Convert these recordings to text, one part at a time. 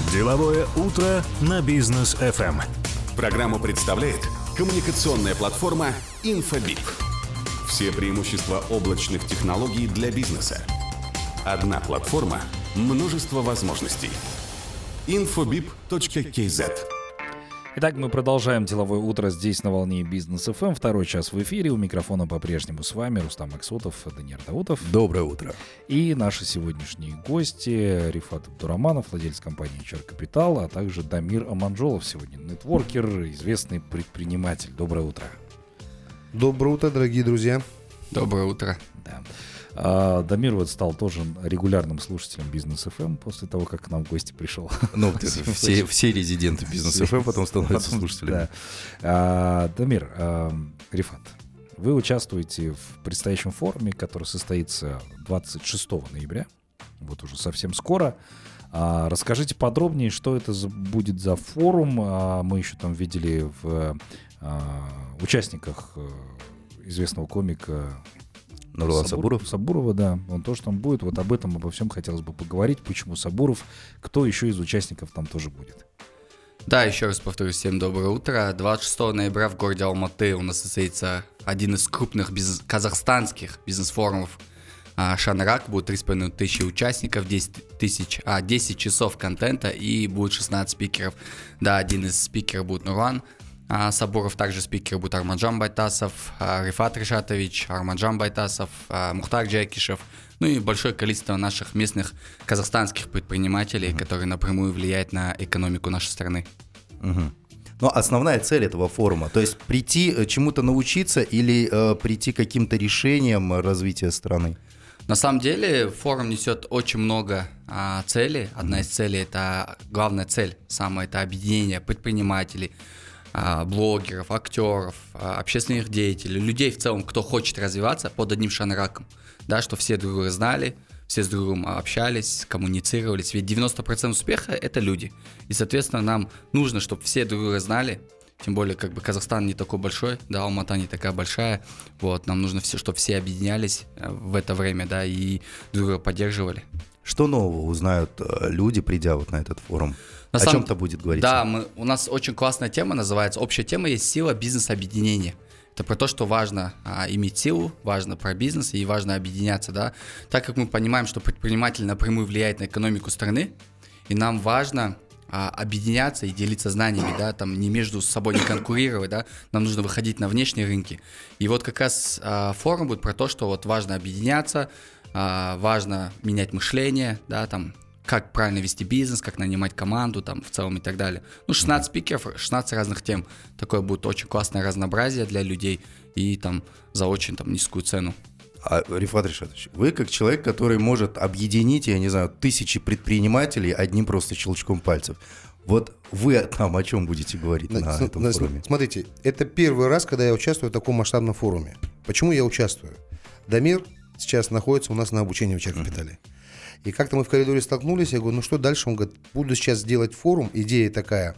Деловое утро на Бизнес FM. Программу представляет коммуникационная платформа InfoBip. Все преимущества облачных технологий для бизнеса. Одна платформа, множество возможностей. infobip.kz. Итак, мы продолжаем деловое утро здесь на волне Бизнес FM. Второй час в эфире. У микрофона по-прежнему с вами Рустам Максутов, Даниил Даутов. Доброе утро. И наши сегодняшние гости: Рифат Абдураманов, владелец компании HR Capital, а также Дамир Аманжолов, сегодня нетворкер, известный предприниматель. Доброе утро. Доброе утро, дорогие друзья. Доброе утро. Да. Дамир вот стал тоже регулярным слушателем Бизнес FM после того, как к нам в гости пришел. Ну, все резиденты Бизнес FM потом становятся слушателями. Дамир, Рифат, вы участвуете в предстоящем форуме, который состоится 26 ноября, вот уже совсем скоро. Расскажите подробнее, что это будет за форум. Мы еще там видели в участниках известного комика Нурлан Сабурова, да, он тоже там будет. Вот об этом, обо всем хотелось бы поговорить. Почему Сабуров? Кто еще из участников там тоже будет? Да, еще раз повторюсь, всем доброе утро. 26 ноября в городе Алматы у нас состоится один из крупных казахстанских бизнес-форумов «Шанрак». Будет 3,5 тысячи участников, 10 часов контента и будет 16 спикеров. Да, один из спикеров будет Нурлан Сабуров, также спикеры будут Арманджан Байтасов, Рифат Ришатович, Арманджан Байтасов, Мухтар Джайкишев, ну и большое количество наших местных казахстанских предпринимателей, которые напрямую влияют на экономику нашей страны. Но основная цель этого форума, то есть прийти чему-то научиться или прийти к каким-то решениям развития страны? На самом деле форум несет очень много целей. Одна из целей, это главная цель, самое это объединение предпринимателей, блогеров, актеров, общественных деятелей, людей в целом, кто хочет развиваться под одним шанраком, да, что все друг друга знали, все с друг другом общались, коммуницировались, ведь 90% успеха — это люди, и, соответственно, нам нужно, чтобы все друг друга знали, тем более, как бы Казахстан не такой большой, да, Алмата не такая большая, вот, нам нужно все, чтобы все объединялись в это время, да, и друг друга поддерживали. Что нового узнают люди, придя вот на этот форум? О чем-то будет говорить? Да, у нас очень классная тема называется, общая тема есть «Сила бизнес-объединения». Это про то, что важно иметь силу, важно про бизнес и важно объединяться, да. Так как мы понимаем, что предприниматель напрямую влияет на экономику страны, и нам важно объединяться и делиться знаниями, да, там не между собой не конкурировать, да, нам нужно выходить на внешние рынки. И вот как раз форум будет про то, что вот важно объединяться, важно менять мышление, да, там, как правильно вести бизнес, как нанимать команду, там, в целом и так далее. Ну, 16 спикеров, 16 разных тем. Такое будет очень классное разнообразие для людей и там за очень там низкую цену. Рифат Ришатович, вы как человек, который может объединить, я не знаю, тысячи предпринимателей одним просто щелчком пальцев. Вот вы там о чем будете говорить на этом форуме? Смотрите, это первый раз, когда я участвую в таком масштабном форуме. Почему я участвую? Дамир сейчас находится у нас на обучении в HR Capital. И как-то мы в коридоре столкнулись, я говорю, ну что дальше? Он говорит, буду сейчас делать форум, идея такая.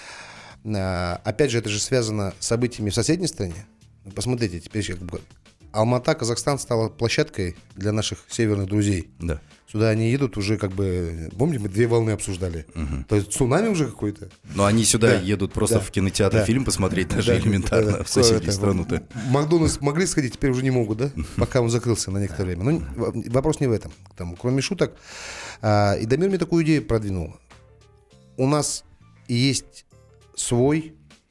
Опять же, это же связано с событиями в соседней стране. Посмотрите, теперь Алмата, Казахстан стала площадкой для наших северных друзей. Да. Сюда они едут уже как бы, помните, мы 2 волны обсуждали. То есть цунами уже какой-то. Но они сюда едут просто в кинотеатр фильм посмотреть, даже элементарно, в соседнюю страну-то. Макдональдс могли сходить, теперь уже не могут, да? Пока он закрылся на некоторое время. Но вопрос не в этом. Там, кроме шуток. И Дамир мне такую идею продвинул. У нас есть свой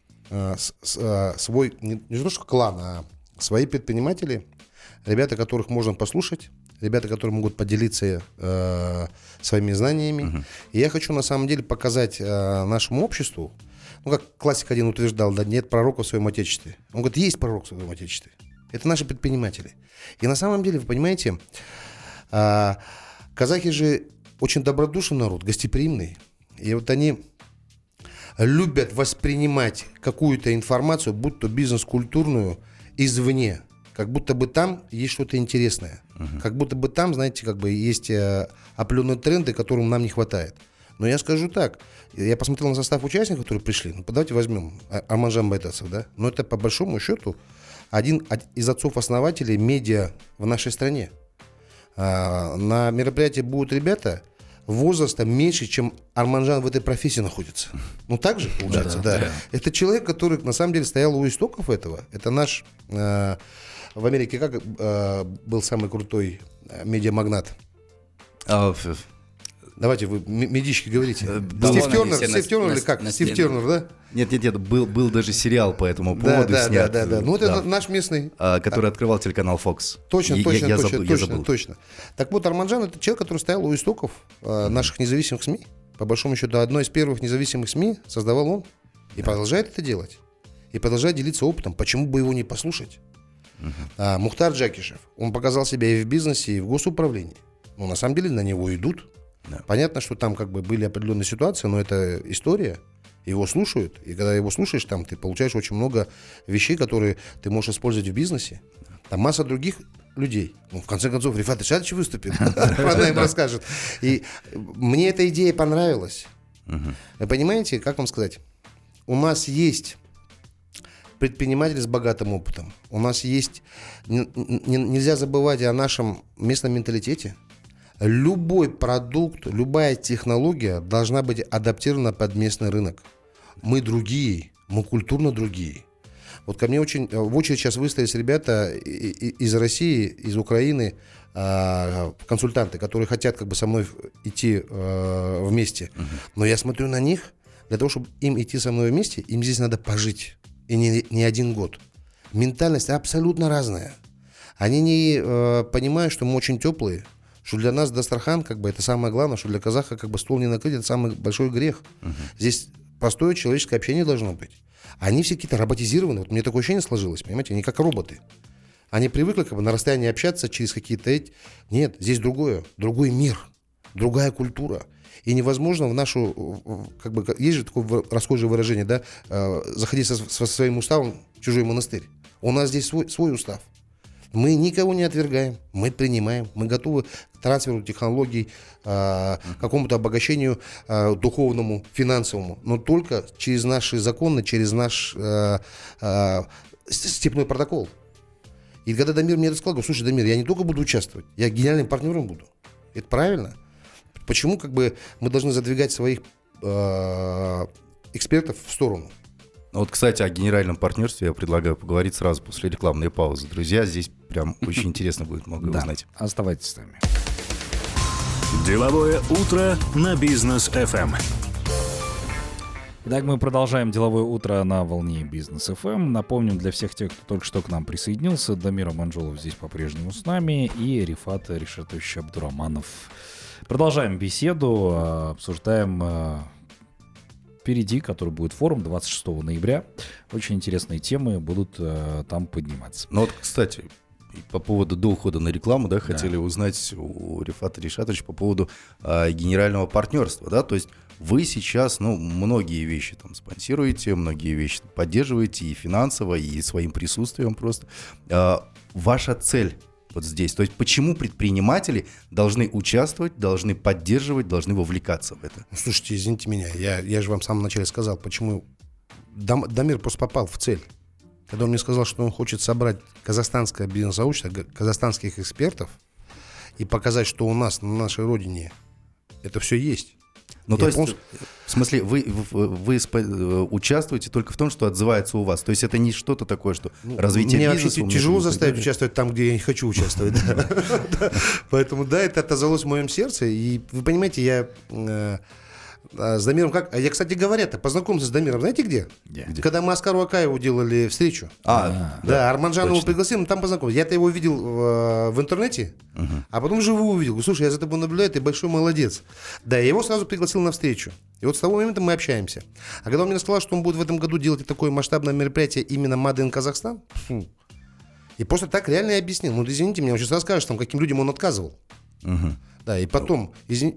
не то что клан, а свои предприниматели, ребята, которых можно послушать, ребята, которые могут поделиться своими знаниями. И я хочу на самом деле показать нашему обществу, ну как классик один утверждал, да, нет пророка в своем отечестве. Он говорит, есть пророк в своем отечестве. Это наши предприниматели. И на самом деле, вы понимаете, казахи же очень добродушный народ, гостеприимный. И вот они любят воспринимать какую-то информацию, будь то бизнес-культурную, извне, как будто бы там есть что-то интересное, как будто бы там, знаете, как бы есть определенные тренды, которым нам не хватает. Но я скажу так, я посмотрел на состав участников, которые пришли, ну, давайте возьмем Арманджан Байтасов, да, но это по большому счету один из отцов-основателей медиа в нашей стране. На мероприятии будут ребята, возраста меньше, чем Арманжан в этой профессии находится. Ну, так же получается, да. Это человек, который на самом деле стоял у истоков этого. Это наш... в Америке как был самый крутой медиамагнат? Давайте вы медички говорите. Стив Тернер или как? Стив Тернер, да? Нет, был даже сериал по этому поводу снят. Да. Ну, это наш местный. Который открывал телеканал Fox. Точно. Так вот, Арманжан — это человек, который стоял у истоков наших независимых СМИ. По большому счету, одно из первых независимых СМИ создавал он. И продолжает это делать. И продолжает делиться опытом. Почему бы его не послушать? Мухтар Джакишев. Он показал себя и в бизнесе, и в госуправлении. Но на самом деле на него идут. Да. Понятно, что там как бы были определенные ситуации, но это история, его слушают, и когда его слушаешь, там ты получаешь очень много вещей, которые ты можешь использовать в бизнесе. Там масса других людей. Ну, в конце концов, Рифат Ишатович выступит, она им расскажет. И мне эта идея понравилась. Вы понимаете, как вам сказать? У нас есть предприниматели с богатым опытом. У нас есть... Нельзя забывать о нашем местном менталитете. Любой продукт, любая технология должна быть адаптирована под местный рынок. Мы другие, мы культурно другие. Вот ко мне очень в очередь сейчас выстроились ребята из России, из Украины, консультанты, которые хотят как бы со мной идти вместе. Но я смотрю на них, для того, чтобы им идти со мной вместе, им здесь надо пожить. И не один год. Ментальность абсолютно разная. Они не понимают, что мы очень теплые, что для нас Дастархан, как бы, это самое главное, что для казаха, как бы, стол не накрыть, это самый большой грех. Здесь простое человеческое общение должно быть. Они все какие-то роботизированы. Вот мне такое ощущение сложилось, понимаете, они как роботы. Они привыкли, как бы, на расстоянии общаться через какие-то... Нет, здесь другой мир, другая культура. И невозможно в нашу... Как бы, есть же такое расхожее выражение, да? Заходить со своим уставом в чужой монастырь. У нас здесь свой устав. Мы никого не отвергаем, мы принимаем, мы готовы к трансферу технологий, к какому-то обогащению духовному, финансовому, но только через наши законы, через наш степной протокол. И когда Дамир мне это сказал, говорю: слушай, Дамир, я не только буду участвовать, я генеральным партнером буду. Это правильно? Почему как бы мы должны задвигать своих экспертов в сторону? Вот, кстати, о генеральном партнерстве я предлагаю поговорить сразу после рекламной паузы. Друзья, здесь прям очень интересно будет многое узнать. Оставайтесь с нами. Деловое утро на Бизнес FM. Итак, мы продолжаем деловое утро на волне Бизнес FM. Напомним для всех тех, кто только что к нам присоединился, Дамир Аманжолов здесь по-прежнему с нами и Рифат Ришатович Абдураманов. Продолжаем беседу, обсуждаем... Впереди, который будет форум 26 ноября. Очень интересные темы будут там подниматься. Ну вот, кстати, по поводу до ухода на рекламу, да, хотели узнать у Рифата Ришатовича по поводу генерального партнерства, да, то есть вы сейчас, многие вещи там спонсируете, многие вещи поддерживаете и финансово, и своим присутствием просто. Ваша цель вот здесь, то есть почему предприниматели должны участвовать, должны поддерживать, должны вовлекаться в это? Слушайте, извините меня, я же вам в самом начале сказал, почему Дамир просто попал в цель. Когда он мне сказал, что он хочет собрать казахстанское бизнес-сообщество, казахстанских экспертов и показать, что у нас на нашей родине это все есть. Ну, то есть, в смысле, вы участвуете только в том, что отзывается у вас. То есть это не что-то такое, что развитие бизнеса... Мне тяжело заставить участвовать там, где я не хочу участвовать. Поэтому, да, это отозвалось в моем сердце. И вы понимаете, я с Дамиром как... Я, кстати говоря, познакомился с Дамиром, знаете где? Когда мы Оскару Акаеву делали встречу. Да, Арманжан его пригласил, мы там познакомились. Я-то его видел в интернете, а потом живую увидел. Слушай, я за тобой наблюдаю, ты большой молодец. Да, я его сразу пригласил на встречу. И вот с того момента мы общаемся. А когда он мне сказал, что он будет в этом году делать такое масштабное мероприятие именно Made in Казахстан, и просто так реально и объяснил. Ну, извините меня, он сейчас расскажешь, там, каким людям он отказывал. Да, и потом...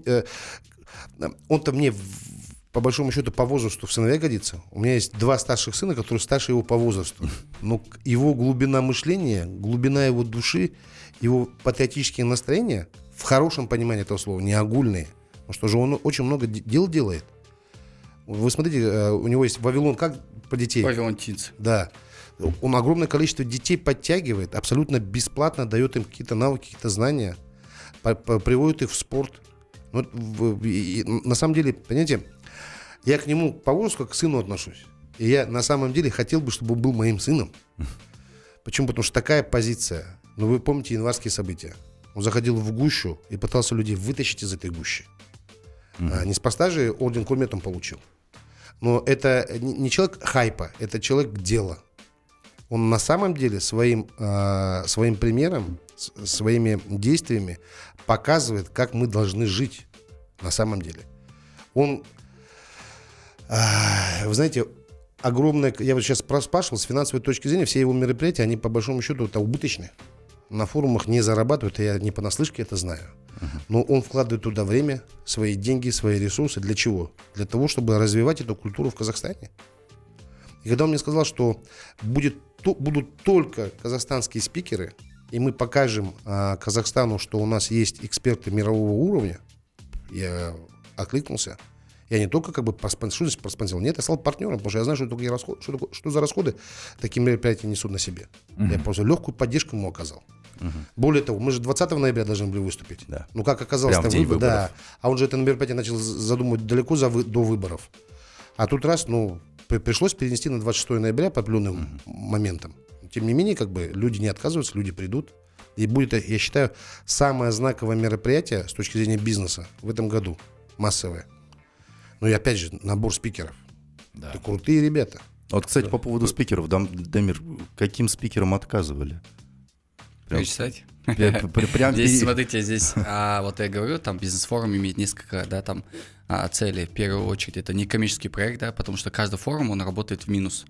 Он-то мне, по большому счету, по возрасту в сыновья годится. У меня есть 2 старших сына, которые старше его по возрасту. Но его глубина мышления, глубина его души, его патриотические настроения, в хорошем понимании этого слова, не огульные. Потому что же он очень много дел делает. Вы смотрите, у него есть Вавилон, как про детей? Вавилон Kids. Да. Он огромное количество детей подтягивает, абсолютно бесплатно дает им какие-то навыки, какие-то знания, приводит их в спорт. На самом деле, понимаете, я к нему по возрасту как к сыну отношусь. И я на самом деле хотел бы, чтобы он был моим сыном. Почему? Потому что такая позиция. Вы помните январские события. Он заходил в гущу и пытался людей вытащить из этой гущи. Неспроста же орден Курмет он получил. Но это не человек хайпа, это человек дела. Он на самом деле своим примером, своими действиями показывает, как мы должны жить на самом деле. Он, вы знаете, огромное... Я вот сейчас спрашивал, с финансовой точки зрения, все его мероприятия, они по большому счету это убыточные. На форумах не зарабатывают, я не понаслышке это знаю. Но он вкладывает туда время, свои деньги, свои ресурсы. Для чего? Для того, чтобы развивать эту культуру в Казахстане. И когда он мне сказал, что будут только казахстанские спикеры, и мы покажем Казахстану, что у нас есть эксперты мирового уровня, я откликнулся. Я не только как бы проспонсировал, нет, я стал партнером, потому что я знаю, что за расходы такие мероприятия несут на себе. Я просто легкую поддержку ему оказал. Более того, мы же 20 ноября должны были выступить. Да. Ну, как оказалось, прям в день выборов. Да. А он же это мероприятие начал задумывать далеко до выборов. А тут раз, пришлось перенести на 26 ноября по определенным моментам. Тем не менее, как бы люди не отказываются, люди придут. И будет, я считаю, самое знаковое мероприятие с точки зрения бизнеса в этом году. Массовое. Ну и опять же, набор спикеров. Да. Это крутые ребята. Вот, кстати, по поводу спикеров. Дамир, каким спикерам отказывали? Перечислять? Здесь, смотрите, вот я говорю, там бизнес-форум имеет несколько, целей. В первую очередь, это не коммерческий проект, потому что каждый форум, он работает в минус.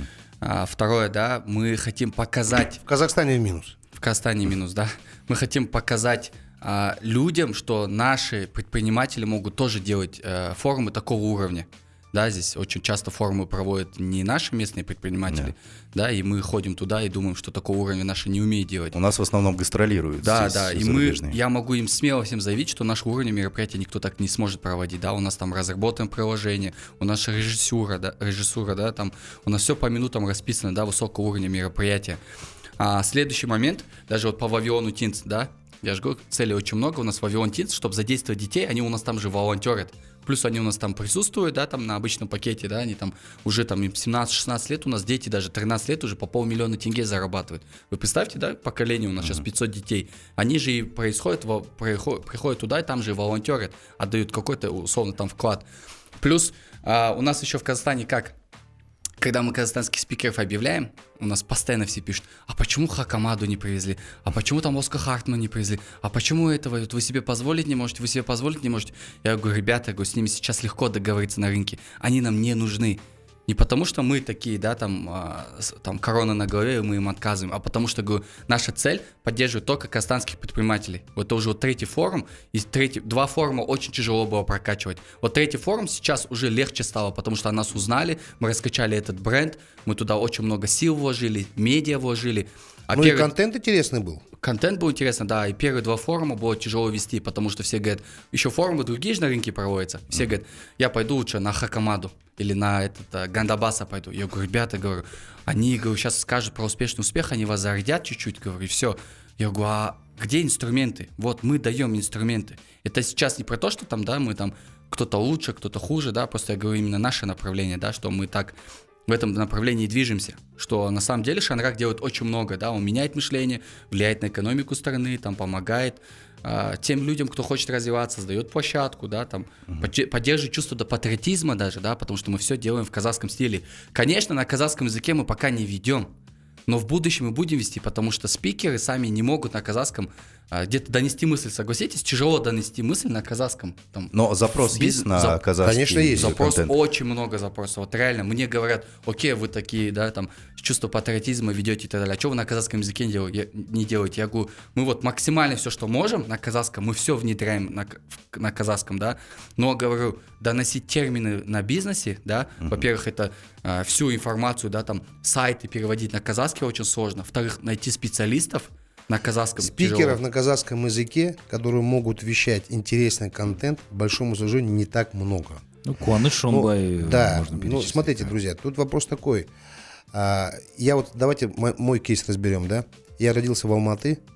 Второе, мы хотим показать... В Казахстане в минус. В Казахстане минус, да. Мы хотим показать людям, что наши предприниматели могут тоже делать форумы такого уровня. Да, здесь очень часто форумы проводят не наши местные предприниматели, да, и мы ходим туда и думаем, что такого уровня наши не умеют делать. У нас в основном гастролируют. Да, и я могу им смело всем заявить, что нашего уровня мероприятия никто так не сможет проводить, да, у нас там разработано приложение, у нас режиссура, там у нас все по минутам расписано, да, высокого уровня мероприятия. Следующий момент, даже вот по Вавилону Тинс, да, я же говорю, целей очень много у нас в Вавилон Тинс, чтобы задействовать детей, они у нас там же волонтерят. Плюс они у нас там присутствуют, да, там на обычном пакете, да, они там уже там им 17-16 лет, у нас дети даже 13 лет уже по 500 000 тенге зарабатывают. Вы представьте, да, поколение у нас сейчас 500 детей. Они же и приходят туда, и там же волонтерят, отдают какой-то условно там вклад. Плюс у нас еще в Казахстане как? Когда мы казахстанских спикеров объявляем, у нас постоянно все пишут, а почему Хакамаду не привезли, а почему там Оскар Хартман не привезли, а почему этого, вот вы себе позволить не можете, Я говорю, ребята, с ними сейчас легко договориться на рынке, они нам не нужны. Не потому, что мы такие, да, там корона на голове, и мы им отказываем, а потому что, говорю, наша цель поддерживать только казахстанских предпринимателей. Вот это уже вот третий форум, и два форума очень тяжело было прокачивать. Вот третий форум сейчас уже легче стало, потому что нас узнали, мы раскачали этот бренд, мы туда очень много сил вложили, медиа вложили. И контент интересный был. Контент был интересный, да, и первые два форума было тяжело вести, потому что все говорят, еще форумы другие же на рынке проводятся, все говорят, я пойду лучше на Хакамаду или на Гандабаса пойду. Я говорю, ребята, они, сейчас скажут про успешный успех, они вас зарядят чуть-чуть, и все. Я говорю, а где инструменты? Вот мы даем инструменты. Это сейчас не про то, что там, да, мы там кто-то лучше, кто-то хуже, да, просто я говорю именно наше направление, да, что мы так в этом направлении движемся, что на самом деле Шанрак делает очень много, да, он меняет мышление, влияет на экономику страны, там помогает тем людям, кто хочет развиваться, создает площадку, да, там поддерживает чувство патриотизма даже, да, потому что мы все делаем в казахском стиле. Конечно, на казахском языке мы пока не ведем, но в будущем мы будем вести, потому что спикеры сами не могут на казахском где-то донести мысль, согласитесь? Тяжело донести мысль на казахском. Там, но запрос есть на казахский? Конечно, есть. Запрос, очень много запросов. Вот реально, мне говорят, окей, вы такие, да, там, чувство патриотизма ведете и так далее. А что вы на казахском языке не делаете? Я говорю, мы вот максимально все, что можем на казахском, мы все внедряем на казахском, да. Но, говорю, доносить термины на бизнесе, да, во-первых, это всю информацию, да, там, сайты переводить на казахский очень сложно. Во-вторых, найти специалистов на казахском спикеров тяжело. На казахском языке, которые могут вещать интересный контент, к большому сожалению, не так много. Куаныш Шонбай можно перечислить. Смотрите, друзья, тут вопрос такой. Давайте мой кейс разберем, да. Я родился в Алматы,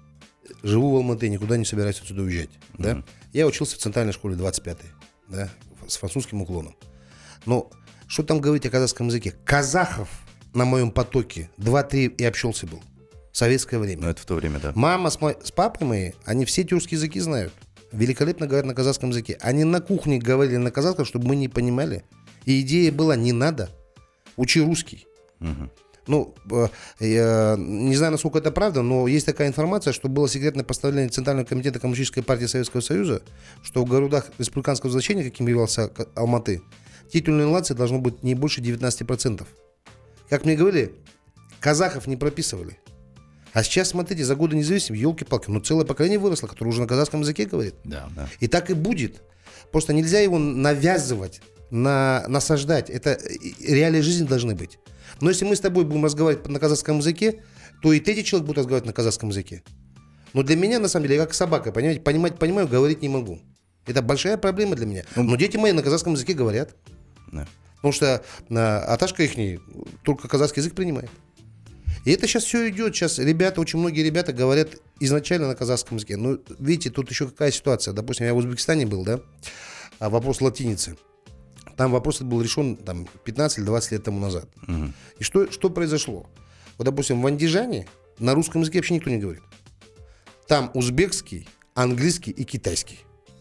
живу в Алматы, никуда не собираюсь отсюда уезжать. Да? Я учился в центральной школе 25-й, да, с французским уклоном. Но что там говорить о казахском языке? Казахов на моем потоке 2-3 и общался был. В советское время. Ну, это в то время, да. Мама с папой мои, они все тюркские языки знают. Великолепно говорят на казахском языке. Они на кухне говорили на казахском, чтобы мы не понимали. И идея была: не надо, учи русский. Ну, я не знаю, насколько это правда, но есть такая информация, что было секретное постановление Центрального комитета Коммунистической партии Советского Союза, что в городах республиканского значения, каким являлся Алматы, титульной нации должно быть не больше 19%. Как мне говорили, казахов не прописывали. А сейчас, смотрите, за годы независимости, елки-палки, ну целое поколение выросло, которое уже на казахском языке говорит. Да. И так и будет. Просто нельзя его навязывать, насаждать. Это реалии жизни должны быть. Но если мы с тобой будем разговаривать на казахском языке, то и третий человек будет разговаривать на казахском языке. Но для меня, на самом деле, я как собака, понимаете, понимаю, говорить не могу. Это большая проблема для меня. Но дети мои на казахском языке говорят. Да. Потому что Аташка ихний только казахский язык принимает. И это сейчас все идет. Сейчас очень многие ребята говорят изначально на казахском языке. Но видите, тут еще какая ситуация. Допустим, я в Узбекистане был, да, вопрос латиницы. Там вопрос был решен 15 или 20 лет тому назад. И что произошло? Вот, допустим, в Андижане на русском языке вообще никто не говорит. Там узбекский, английский и китайский.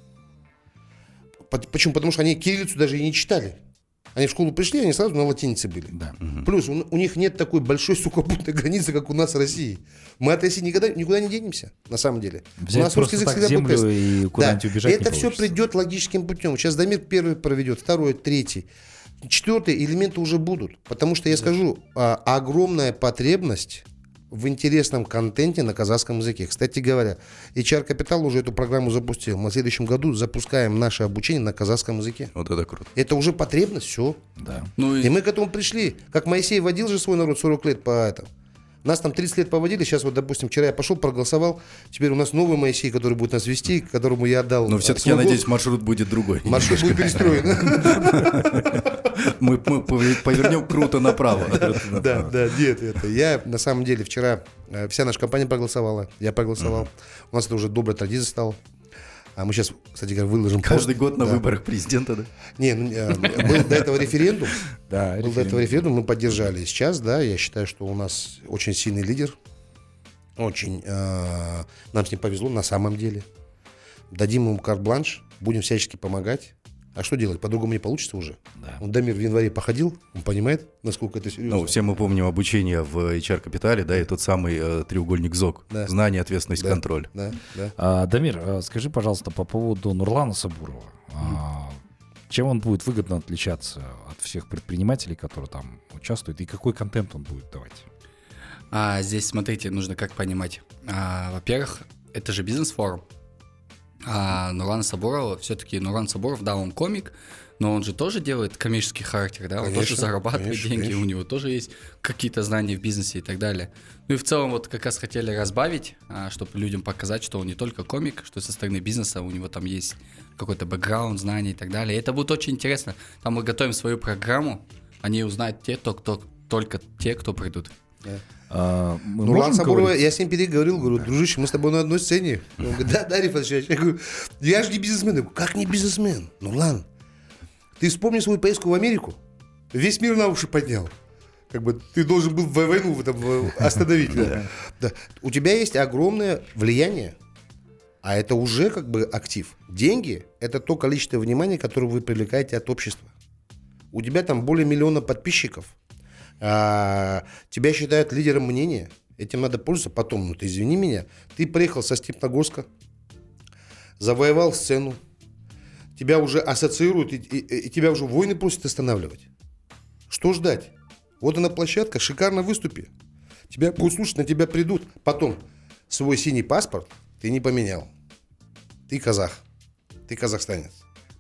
Почему? Потому что они кириллицу даже и не читали. Они в школу пришли, они сразу на латинице были. Да. Плюс у них нет такой большой сухопутной границы, как у нас в России. Мы от России никуда не денемся, на самом деле. Взять у нас просто русский язык так всегда землю будет. и куда-нибудь убежать это не все получится. придет логическим путем. Сейчас Дамир первый проведет, второй, третий. Четвертый элементы уже будут. Потому что я скажу, огромная потребность в интересном контенте на казахском языке. Кстати говоря, HR Capital уже эту программу запустил. Мы в следующем году запускаем наше обучение на казахском языке. Вот это круто. Это уже потребность, все. Да. Ну И мы к этому пришли. Как Моисей водил же свой народ 40 лет по этому. Нас там 30 лет поводили, сейчас вот, допустим, вчера я пошел, проголосовал, теперь у нас новый Моисей, который будет нас вести, которому я отдал. Но все-таки, я надеюсь, маршрут будет другой. Маршрут будет перестроен. Мы повернем круто направо. Да, нет, это я на самом деле вчера, вся наша компания проголосовала, я проголосовал. У нас это уже добрая традиция стала. А мы сейчас, кстати говоря, выложим пост. Каждый год на выборах президента, да? Не, был до этого референдум. Да, Был до этого референдум, мы поддержали. Сейчас, да, я считаю, что у нас очень сильный лидер. Очень нам с ним повезло на самом деле. Дадим ему карт-бланш, будем всячески помогать. А что делать? По-другому не получится уже. Да. Он Дамир в январе походил, он понимает, насколько это серьезно. Ну, все мы помним обучение в HR-капитале, да, и тот самый треугольник ЗОГ. Да. Знание, ответственность, Да. контроль. Да. Дамир, скажи, пожалуйста, по поводу Нурлана Сабурова. Чем он будет выгодно отличаться от всех предпринимателей, которые там участвуют, и какой контент он будет давать? Здесь, смотрите, нужно как понимать. Во-первых, это же бизнес-форум. Нурлан Сабуров, все-таки Нурлан Сабуров, да, он комик, но он же тоже делает коммерческий характер, да, он тоже зарабатывает деньги, конечно. У него тоже есть какие-то знания в бизнесе и так далее. Ну и в целом вот как раз хотели разбавить, чтобы людям показать, что он не только комик, что со стороны бизнеса у него там есть какой-то бэкграунд, знания и так далее. И это будет очень интересно. Там мы готовим свою программу, они узнают только те, кто придут. Нурлан Сабурова, я с ним переговорил, говорю, дружище, мы с тобой на одной сцене. Он говорит, да, Рифат, я говорю, я же не бизнесмен. Я говорю, как не бизнесмен? Нурлан, ты вспомни свою поездку в Америку, весь мир на уши поднял. Как бы ты должен был войну остановить. Да. У тебя есть огромное влияние, а это уже как бы актив. Деньги – это то количество внимания, которое вы привлекаете от общества. У тебя там более 1 миллиона подписчиков. Тебя считают лидером мнения. Этим надо пользоваться. Потом, ты извини меня, ты приехал со Степногорска, завоевал сцену, тебя уже ассоциируют, и тебя уже войны просят останавливать. Что ждать? Вот она площадка, шикарно выступи. Тебя будут слушать, на тебя придут. Потом, свой синий паспорт ты не поменял. Ты казах, ты казахстанец.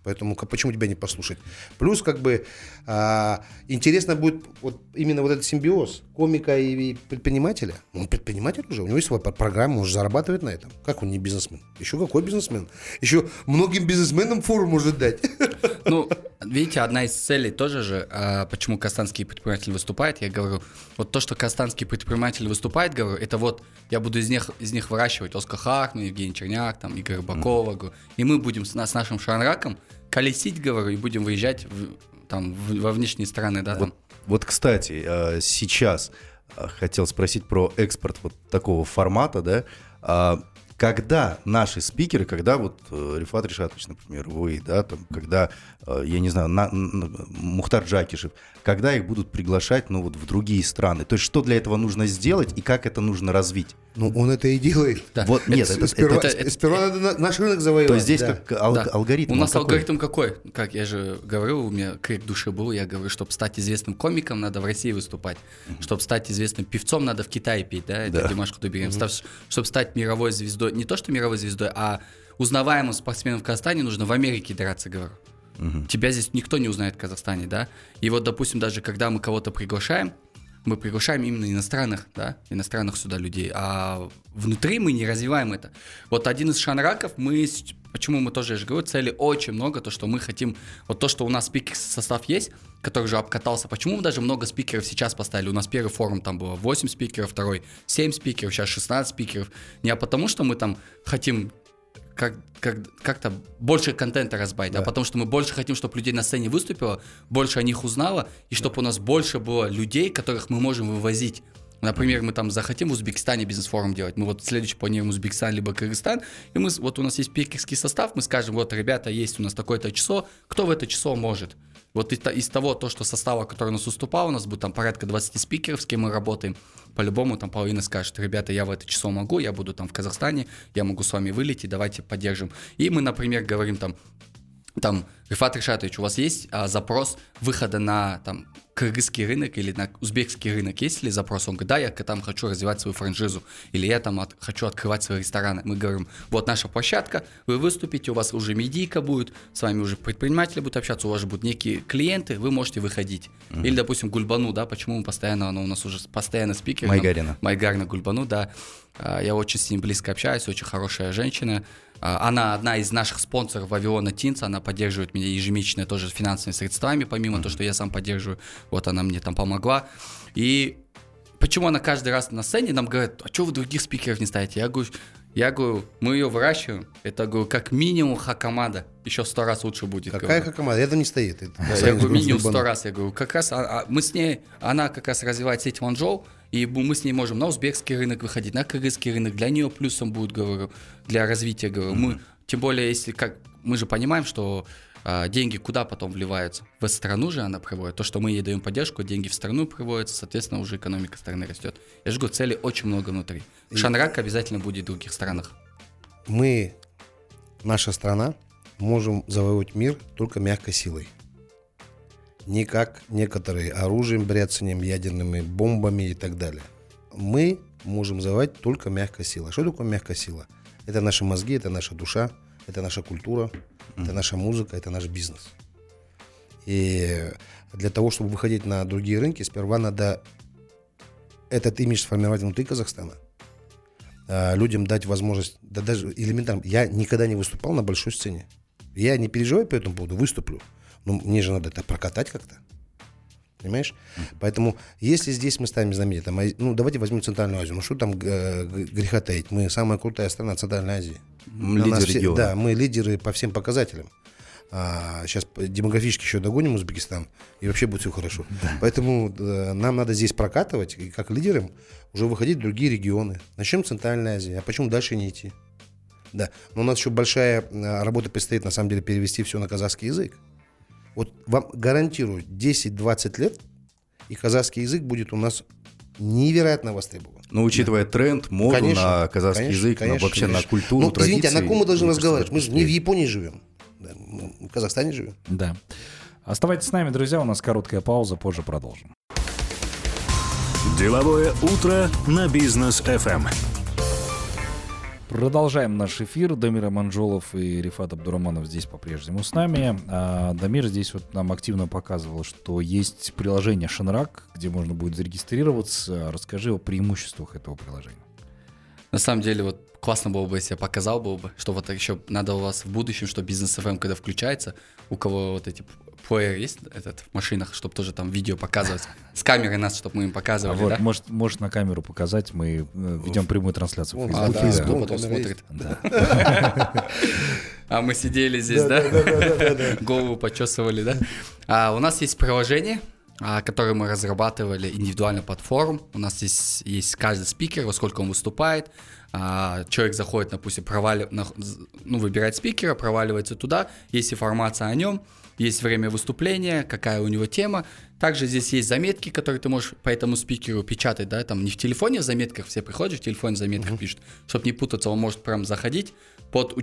Поэтому почему тебя не послушать? Плюс как бы интересно будет вот именно вот этот симбиоз комика и предпринимателя. Он предприниматель уже, у него есть своя программа, он же зарабатывает на этом. Как он не бизнесмен? Еще какой бизнесмен? Еще многим бизнесменам фору может дать. Ну, видите, одна из целей тоже же, почему казахстанский предприниматель выступает, я говорю, вот то, что казахстанский предприниматель выступает, говорю, это вот я буду из них выращивать Оскар Харкман, Евгений Черняк, там, Игорь Бакова, говорю, и мы будем с нашим Шанраком колесить, говорю, и будем выезжать во внешние страны, да, там. Вот, кстати, сейчас хотел спросить про экспорт вот такого формата, да, когда наши спикеры, когда вот Рифат Ришатович, например, вы, да, там, когда, я не знаю, Мухтар Джакишев, когда их будут приглашать, ну, вот в другие страны, то есть что для этого нужно сделать и как это нужно развить? Ну, он это и делает. Да. Вот, нет, сперва надо наш рынок завоевать. То есть здесь да. как алгоритм. У нас алгоритм какой? Как я же говорил, у меня крик души был, я говорю, чтобы стать известным комиком, надо в России выступать. Чтобы стать известным певцом, надо в Китае петь, да, это Димаш Кудайберген. Чтобы стать мировой звездой, не то что мировой звездой, а узнаваемым спортсменом в Казахстане нужно в Америке драться, говорю. Тебя здесь никто не узнает в Казахстане, да. И вот, допустим, даже когда мы кого-то приглашаем, мы приглашаем именно иностранных, да, иностранных сюда людей, а внутри мы не развиваем это. Вот один из шанраков, почему мы тоже, я же говорю, цели очень много, то, что мы хотим, вот то, что у нас спикерский состав есть, который уже обкатался, почему мы даже много спикеров сейчас поставили, у нас первый форум там было 8 спикеров, второй 7 спикеров, сейчас 16 спикеров, не потому, что мы там хотим как-то больше контента разбавить, а потому что мы больше хотим, чтобы людей на сцене выступило, больше о них узнало, и чтобы у нас больше было людей, которых мы можем вывозить. Например, мы там захотим в Узбекистане бизнес-форум делать, мы вот следующий планируем Узбекистан либо Кыргызстан, и вот у нас есть спикерский состав, мы скажем, вот, ребята, есть у нас такое-то число, кто в это число может? Вот из того, что состава, который у нас уступал, у нас будет там порядка 20 спикеров, с кем мы работаем, по-любому там половина скажет, ребята, я в это число могу, я буду там в Казахстане, я могу с вами вылететь, давайте поддержим. И мы, например, говорим там, Рифат Ришатович, у вас есть запрос выхода на там кыргызский рынок или на узбекский рынок? Есть ли запрос? Он говорит, да, я там хочу развивать свою франшизу, или я там хочу открывать свои рестораны. Мы говорим, вот наша площадка, вы выступите, у вас уже медийка будет, с вами уже предприниматели будут общаться, у вас же будут некие клиенты, вы можете выходить. Или, допустим, Гульбану, да, почему мы постоянно, у нас уже постоянно спикер. Майгарина Гульбану, да. Я очень с ним близко общаюсь, очень хорошая женщина. Она одна из наших спонсоров Вавилона Тинс, она поддерживает меня ежемесячно тоже финансовыми средствами, помимо того, что я сам поддерживаю, вот она мне там помогла. И почему она каждый раз на сцене нам говорит, а что вы других спикеров не ставите? Я говорю, мы ее выращиваем, это, говорю, как минимум Хакамада, еще 100 раз лучше будет. Какая Хакамада? Это не стоит. Я говорю, минимум 100 раз, я говорю, как раз мы с ней, она как раз развивает сеть Ванчжоу, и мы с ней можем на узбекский рынок выходить, на кыргызский рынок, для нее плюсом будет, говорю, для развития, говорю. Мы, тем более, если мы же понимаем, что деньги куда потом вливаются? В страну же она приводит. То, что мы ей даем поддержку, деньги в страну приводятся, соответственно, уже экономика страны растет. Я же говорю, целей очень много внутри. Шанрак обязательно будет в других странах. Наша страна, можем завоевать мир только мягкой силой. Не как некоторые оружием, бряцанием, ядерными бомбами и так далее. Мы можем завоевать только мягкой силой. Что такое мягкая сила? Это наши мозги, это наша душа, это наша культура, это наша музыка, это наш бизнес. И для того, чтобы выходить на другие рынки, сперва надо этот имидж сформировать внутри Казахстана. Людям дать возможность, да даже элементарно. Я никогда не выступал на большой сцене. Я не переживаю по этому поводу, выступлю. Но мне же надо это прокатать как-то. Понимаешь? Поэтому, если здесь мы ставим знамение, давайте возьмем Центральную Азию. Что там греха таить? Мы самая крутая страна Центральной Азии. Лидер региона. Да, мы лидеры по всем показателям. Сейчас демографически еще догоним Узбекистан, и вообще будет все хорошо. Да. Поэтому нам надо здесь прокатывать, и как лидерам уже выходить в другие регионы. Начнем с Центральной Азии. А почему дальше не идти? Да. Но у нас еще большая работа предстоит, на самом деле, перевести все на казахский язык. Вот вам гарантирую, 10-20 лет, и казахский язык будет у нас невероятно востребован. Но учитывая тренд, моду на казахский язык, вообще на культуру, традиции. Извините, а на ком мы должны разговаривать? Мы же не в Японии живем, мы в Казахстане живем. Да. Оставайтесь с нами, друзья, у нас короткая пауза, позже продолжим. Деловое утро на Бизнес FM. Продолжаем наш эфир. Дамир Аманжолов и Рифат Абдураманов здесь по-прежнему с нами. Дамир здесь вот нам активно показывал, что есть приложение Шанрак, где можно будет зарегистрироваться. Расскажи о преимуществах этого приложения. На самом деле, вот классно было бы, если я показал бы, что вот еще надо у вас в будущем, что бизнес FM, когда включается, у кого вот эти плееры есть в машинах, чтобы тоже там видео показывать, с камерой нас, чтобы мы им показывали, вот, да? Можешь на камеру показать, мы ведем прямую трансляцию в да, Фейсбуке. кто потом смотрит. А мы сидели здесь, да? Голову почесывали, да? У нас есть приложение, который мы разрабатывали индивидуально под форум. У нас здесь есть каждый спикер, во сколько он выступает. Человек заходит, допустим, выбирает спикера, проваливается туда, есть информация о нем, есть время выступления, какая у него тема. Также здесь есть заметки, которые ты можешь по этому спикеру печатать, да, там не в телефоне в заметках, все приходят, в телефоне в заметках пишут, чтобы не путаться, он может прям заходить под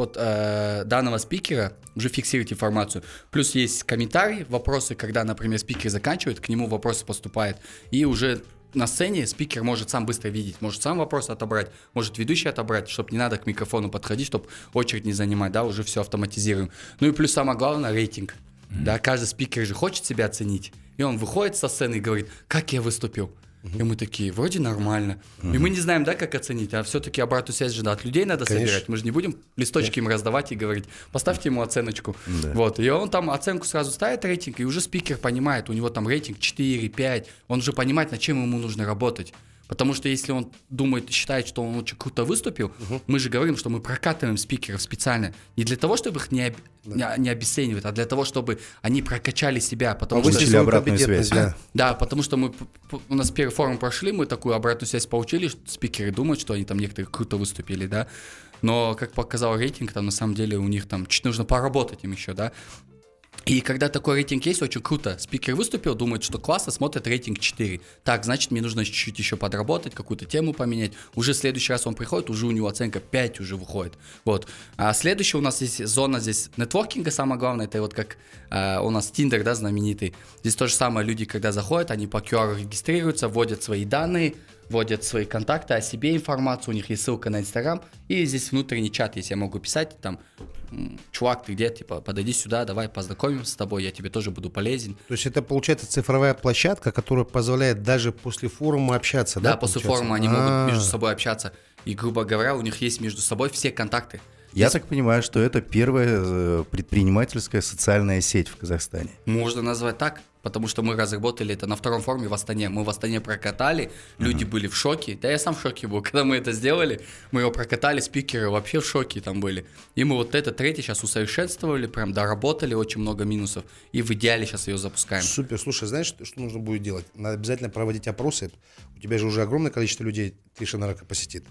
данного спикера, уже фиксировать информацию. Плюс есть комментарии, вопросы, когда, например, спикер заканчивает, к нему вопросы поступают, и уже на сцене спикер может сам быстро видеть, может сам вопрос отобрать, может ведущий отобрать, чтобы не надо к микрофону подходить, чтобы очередь не занимать, да, уже все автоматизируем. Ну и плюс самое главное, рейтинг. Да, каждый спикер же хочет себя оценить, и он выходит со сцены и говорит, как я выступил. И мы такие, вроде нормально. И мы не знаем, да, как оценить, а все-таки обратную связь же от людей надо собирать. Мы же не будем листочки им раздавать и говорить, поставьте ему оценочку. Вот. И он там оценку сразу ставит, рейтинг, и уже спикер понимает, у него там рейтинг 4, 5, он уже понимает, над чем ему нужно работать. Потому что если он думает, считает, что он очень круто выступил, мы же говорим, что мы прокатываем спикеров специально. Не для того, чтобы их не обесценивать, а для того, чтобы они прокачали себя. Получили обратную связь. Да, потому что у нас первый форум прошли, мы такую обратную связь получили, что спикеры думают, что они там некоторые круто выступили, да. Но, как показал рейтинг, там на самом деле у них там чуть нужно поработать им еще, да. И когда такой рейтинг есть, очень круто. Спикер выступил, думает, что классно, смотрит рейтинг 4. Так, значит, мне нужно чуть-чуть еще подработать, какую-то тему поменять. Уже в следующий раз он приходит, уже у него оценка 5 уже выходит. Вот. А следующая у нас есть зона здесь нетворкинга, самое главное, это вот как у нас Tinder, да, знаменитый. Здесь то же самое, люди, когда заходят, они по QR регистрируются, вводят свои данные, вводят свои контакты, о себе информацию, у них есть ссылка на Инстаграм, и здесь внутренний чат, если я могу писать, там, чувак, ты где, типа, подойди сюда, давай познакомимся с тобой, я тебе тоже буду полезен. То есть это, получается, цифровая площадка, которая позволяет даже после форума общаться, да? Да, после форума они могут между собой общаться, и, грубо говоря, у них есть между собой все контакты. Я так понимаю, что это первая предпринимательская социальная сеть в Казахстане. Можно назвать так, потому что мы разработали это на втором форуме в Астане. Мы в Астане прокатали, люди были в шоке. Да я сам в шоке был, когда мы это сделали. Мы его прокатали, спикеры вообще в шоке там были. И мы вот это третий сейчас усовершенствовали, прям доработали, очень много минусов. И в идеале сейчас ее запускаем. Супер. Слушай, знаешь, что нужно будет делать? Надо обязательно проводить опросы. У тебя же уже огромное количество людей 3 Шанарака посетит.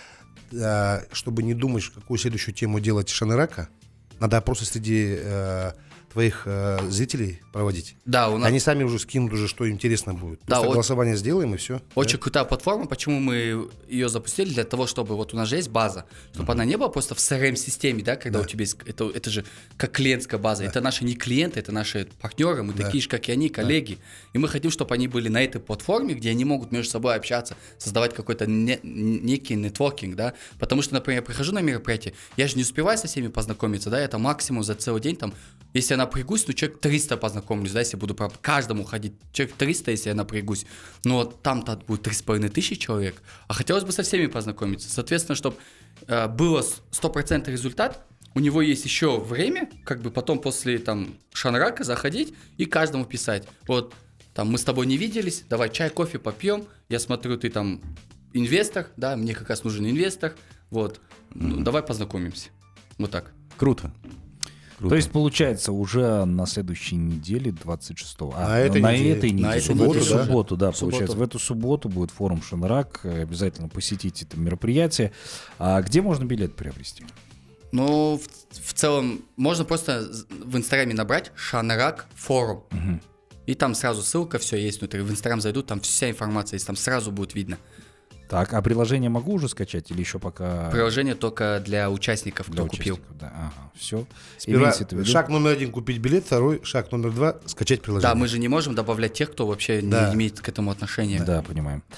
Чтобы не думать, какую следующую тему делать Шанарака, надо опросы среди твоих зрителей проводить. Да, у нас... Они сами уже скинут, уже, что интересно будет. Да, просто голосование сделаем, и все. Очень крутая платформа. Почему мы ее запустили? Для того, чтобы вот у нас же есть база, чтобы она не была просто в CRM-системе, да, когда у тебя есть... Это же как клиентская база. Это наши не клиенты, это наши партнеры, мы такие же, как и они, коллеги. И мы хотим, чтобы они были на этой платформе, где они могут между собой общаться, создавать какой-то некий нетворкинг, да. Потому что, например, я прихожу на мероприятие, я же не успеваю со всеми познакомиться, да, это максимум за целый день, там, если я напрягусь, ну, человек 300 познакомлюсь, да, если буду по каждому ходить, человек 300, если я напрягусь, но там-то будет 3500 человек, а хотелось бы со всеми познакомиться, соответственно, чтобы было 100% результат, у него есть еще время, как бы потом после, там, Шанрака заходить и каждому писать, вот, там, мы с тобой не виделись, давай чай, кофе попьем, я смотрю, ты там инвестор, да, мне как раз нужен инвестор, вот, ну, давай познакомимся, вот так. Круто. То есть, получается, уже на следующей неделе, 26-го. На этой неделе. Субботу, да, получается. В эту субботу будет форум Шанрак. Обязательно посетите это мероприятие. А где можно билет приобрести? Ну, в целом, можно просто в Инстаграме набрать Шанрак форум. И там сразу ссылка, все есть внутри. В Инстаграм зайдут, там вся информация есть, там сразу будет видно. Так, а приложение могу уже скачать или еще пока... Приложение только для участников, кто купил. Да, ага, все. Сперва шаг номер 1 купить билет, второй шаг номер 2 скачать приложение. Да, мы же не можем добавлять тех, кто вообще не имеет к этому отношения. Да, понимаем.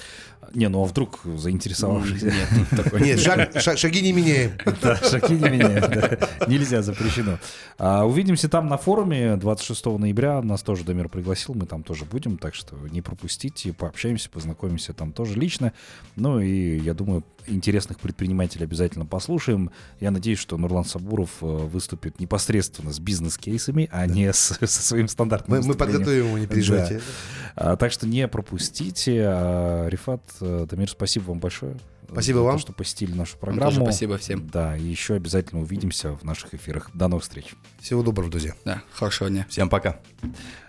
Не, ну а вдруг заинтересовавшись? Нет, шаги не меняем. Да, шаги не меняем, да. Нельзя, запрещено. Увидимся там на форуме 26 ноября. Нас тоже Дамир пригласил, мы там тоже будем, так что не пропустите, пообщаемся, познакомимся там тоже лично. Ну и, я думаю, интересных предпринимателей обязательно послушаем. Я надеюсь, что Нурлан Сабуров выступит непосредственно с бизнес-кейсами, а не со своим стандартным Мы подготовим его, не переживайте. Да. Так что не пропустите. Рифат, Дамир, спасибо вам большое. Спасибо за вам. то, что посетили нашу программу. Тоже спасибо всем. Да, и еще обязательно увидимся в наших эфирах. До новых встреч. Всего доброго, друзья. Да, хорошего дня. Всем пока.